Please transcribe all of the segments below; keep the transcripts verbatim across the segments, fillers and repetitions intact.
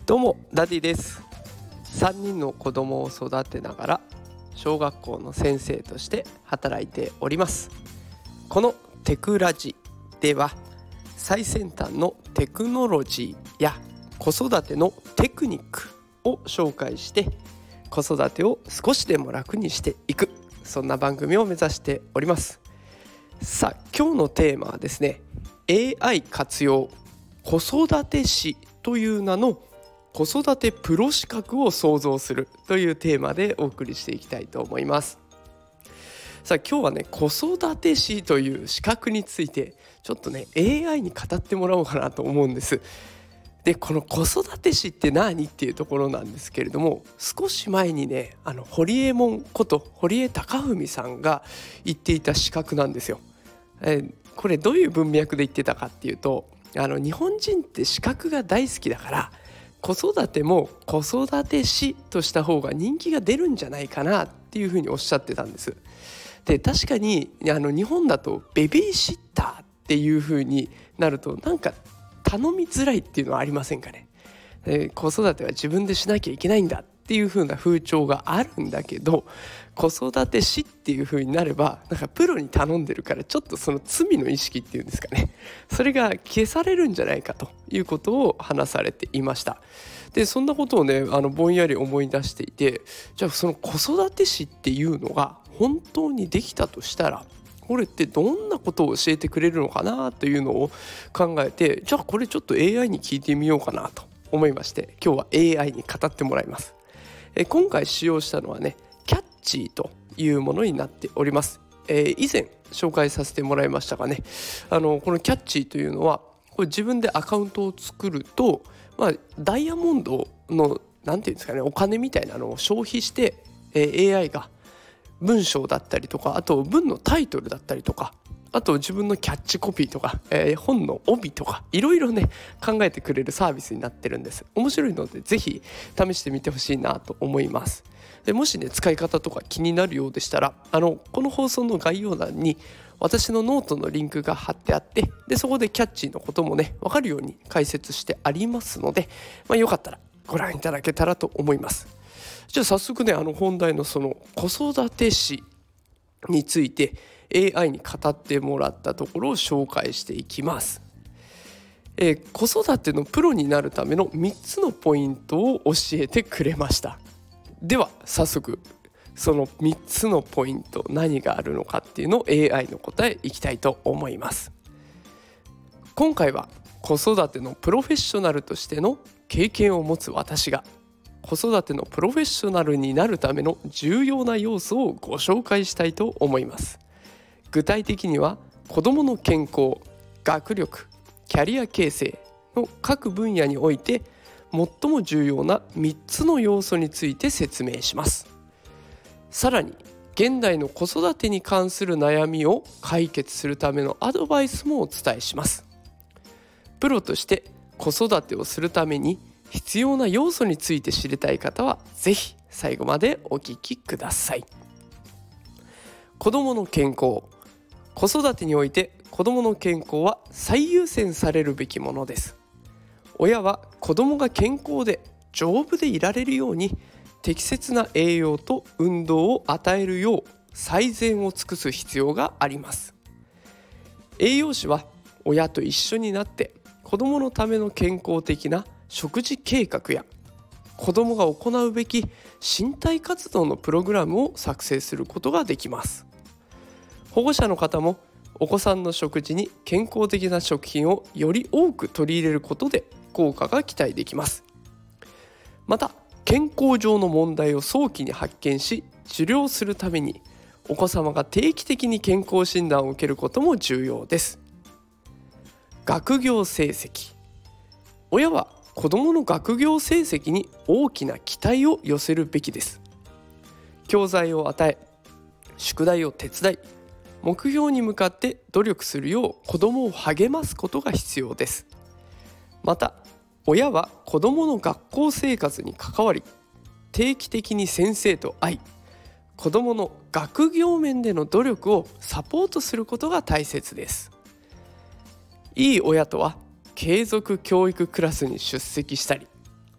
どうもダディです。さんにんの子供を育てながら小学校の先生として働いております。このテクラジでは最先端のテクノロジーや子育てのテクニックを紹介して子育てを少しでも楽にしていく、そんな番組を目指しております。さあ、今日のテーマはですね、 エーアイ 活用子育て師という名の子育てプロ資格を創造するというテーマでお送りしていきたいと思います。さあ、今日はね、子育て師という資格についてちょっとね エーアイ に語ってもらおうかなと思うんです。で、この子育て師って何っていうところなんですけれども、少し前にね、あの堀江門こと堀江貴文さんが言っていた資格なんですよ。えー、これどういう文脈で言ってたかっていうと、あの日本人って資格が大好きだから子育ても子育て師とした方が人気が出るんじゃないかなっていうふうにおっしゃってたんです。で、確かにあの日本だとベビーシッターっていうふうになるとなんか頼みづらいっていうのはありませんかね。で、子育ては自分でしなきゃいけないんだっていう風な風潮があるんだけど、子育て師っていう風になればなんかプロに頼んでるから、ちょっとその罪の意識っていうんですかね、それが消されるんじゃないかということを話されていました。で、そんなことをね、あのぼんやり思い出していて、じゃあその子育て師っていうのが本当にできたとしたら、これってどんなことを教えてくれるのかなというのを考えて、じゃあこれちょっと エーアイ に聞いてみようかなと思いまして、今日は エーアイ に語ってもらいます。え今回使用したのはね、キャッチーというものになっております。えー、以前紹介させてもらいましたがね、あのこのキャッチーというのは、これ自分でアカウントを作ると、まあ、ダイヤモンドのなんていうんですかね、お金みたいなのを消費して、えー、エーアイ が文章だったりとか、あと文のタイトルだったりとか、あと自分のキャッチコピーとか、えー、本の帯とか、いろいろね考えてくれるサービスになってるんです。面白いのでぜひ試してみてほしいなと思います。で、もしね使い方とか気になるようでしたら、あのこの放送の概要欄に私のノートのリンクが貼ってあって、でそこでキャッチーのこともね分かるように解説してありますので、まあ、よかったらご覧いただけたらと思います。じゃあ早速ね、あの本題のその子育て師について エーアイ に語ってもらったところを紹介していきます。えー、子育てのプロになるためのみっつのポイントを教えてくれました。では早速そのみっつのポイント、何があるのかっていうのを エーアイ の答えいきたいと思います。今回は子育てのプロフェッショナルとしての経験を持つ私が子育てのプロフェッショナルになるための重要な要素をご紹介したいと思います。具体的には子どもの健康、学力、キャリア形成の各分野において最も重要なみっつの要素について説明します。さらに現代の子育てに関する悩みを解決するためのアドバイスもお伝えします。プロとして子育てをするために必要な要素について知りたい方はぜひ最後までお聞きください。子どもの健康。子育てにおいて子どもの健康は最優先されるべきものです。親は子どもが健康で丈夫でいられるように適切な栄養と運動を与えるよう最善を尽くす必要があります。栄養士は親と一緒になって子どものための健康的な食事計画や子どもが行うべき身体活動のプログラムを作成することができます。保護者の方もお子さんの食事に健康的な食品をより多く取り入れることで効果が期待できます。また健康上の問題を早期に発見し治療するためにお子様が定期的に健康診断を受けることも重要です。学業成績。親は子どもの学業成績に大きな期待を寄せるべきです。教材を与え、宿題を手伝い、目標に向かって努力するよう子どもを励ますことが必要です。また、親は子どもの学校生活に関わり、定期的に先生と会い、子どもの学業面での努力をサポートすることが大切です。いい親とは継続教育クラスに出席したり、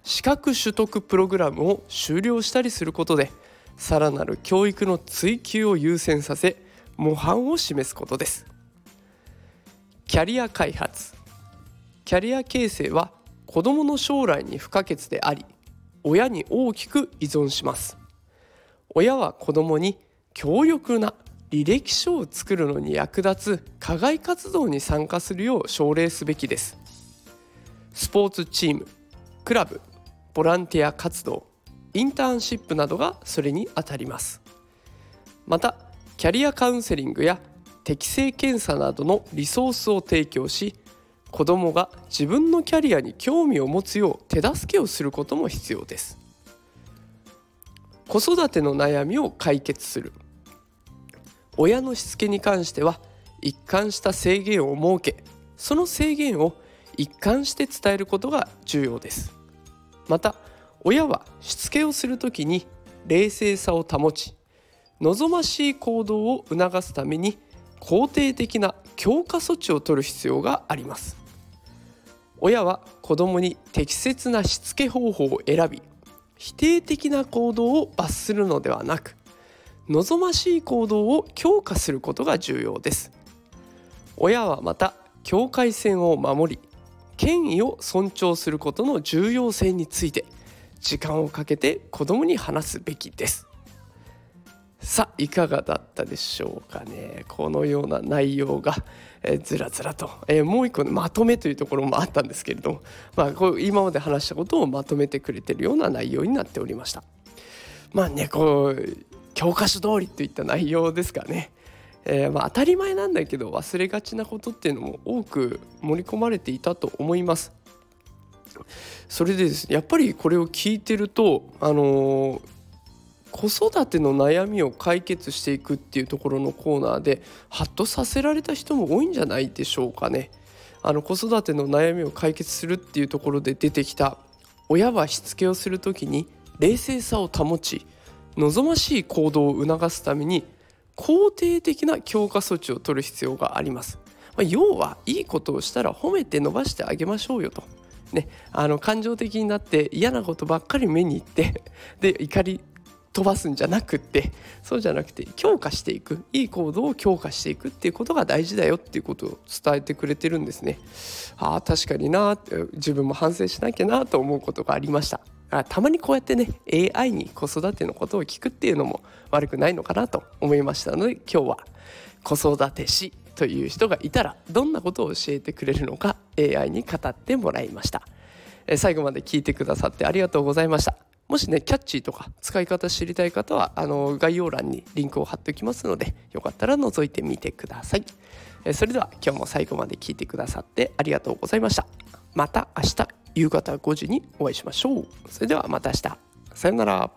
資格取得プログラムを修了したりすることで、さらなる教育の追求を優先させ、模範を示すことです。キャリア開発。キャリア形成は子どもの将来に不可欠であり、親に大きく依存します。親は子どもに強力な履歴書を作るのに役立つ課外活動に参加するよう奨励すべきです。スポーツチーム、クラブ、ボランティア活動、インターンシップなどがそれにあたります。また、キャリアカウンセリングや適性検査などのリソースを提供し、子どもが自分のキャリアに興味を持つよう手助けをすることも必要です。子育ての悩みを解決する。親のしつけに関しては一貫した制限を設け、その制限を一貫して伝えることが重要です。また、親はしつけをするときに冷静さを保ち、望ましい行動を促すために肯定的な強化措置を取る必要があります。親は子どもに適切なしつけ方法を選び、否定的な行動を罰するのではなく、望ましい行動を強化することが重要です。親はまた境界線を守り、権威を尊重することの重要性について時間をかけて子どもに話すべきです。さあ、いかがだったでしょうかね。このような内容が、えー、ずらずらと、えー、もう一個のまとめというところもあったんですけれども、まあ、こう今まで話したことをまとめてくれているような内容になっておりました。まあね、こう教科書通りといった内容ですかね。えーまあ、当たり前なんだけど忘れがちなことっていうのも多く盛り込まれていたと思います。それでですね、やっぱりこれを聞いてると、あのー、子育ての悩みを解決していくっていうところのコーナーでハッとさせられた人も多いんじゃないでしょうかね。あの子育ての悩みを解決するっていうところで出てきた、親はしつけをするときに冷静さを保ち、望ましい行動を促すために肯定的な強化措置を取る必要があります。まあ、要はいいことをしたら褒めて伸ばしてあげましょうよと、ね、あの感情的になって嫌なことばっかり目にいってで怒り飛ばすんじゃなくって、そうじゃなくて強化していく、いい行動を強化していくっていうことが大事だよっていうことを伝えてくれてるんですね。ああ、確かになって、自分も反省しなきゃなと思うことがありました。あ、たまにこうやってね エーアイ に子育てのことを聞くっていうのも悪くないのかなと思いましたので、今日は子育て師という人がいたらどんなことを教えてくれるのか エーアイ に語ってもらいました。え最後まで聞いてくださってありがとうございました。もしねキャッチーとか使い方知りたい方はあの概要欄にリンクを貼っておきますので、よかったら覗いてみてください。えそれでは今日も最後まで聞いてくださってありがとうございました。また明日夕方ごじにお会いしましょう。それではまた明日。さよなら。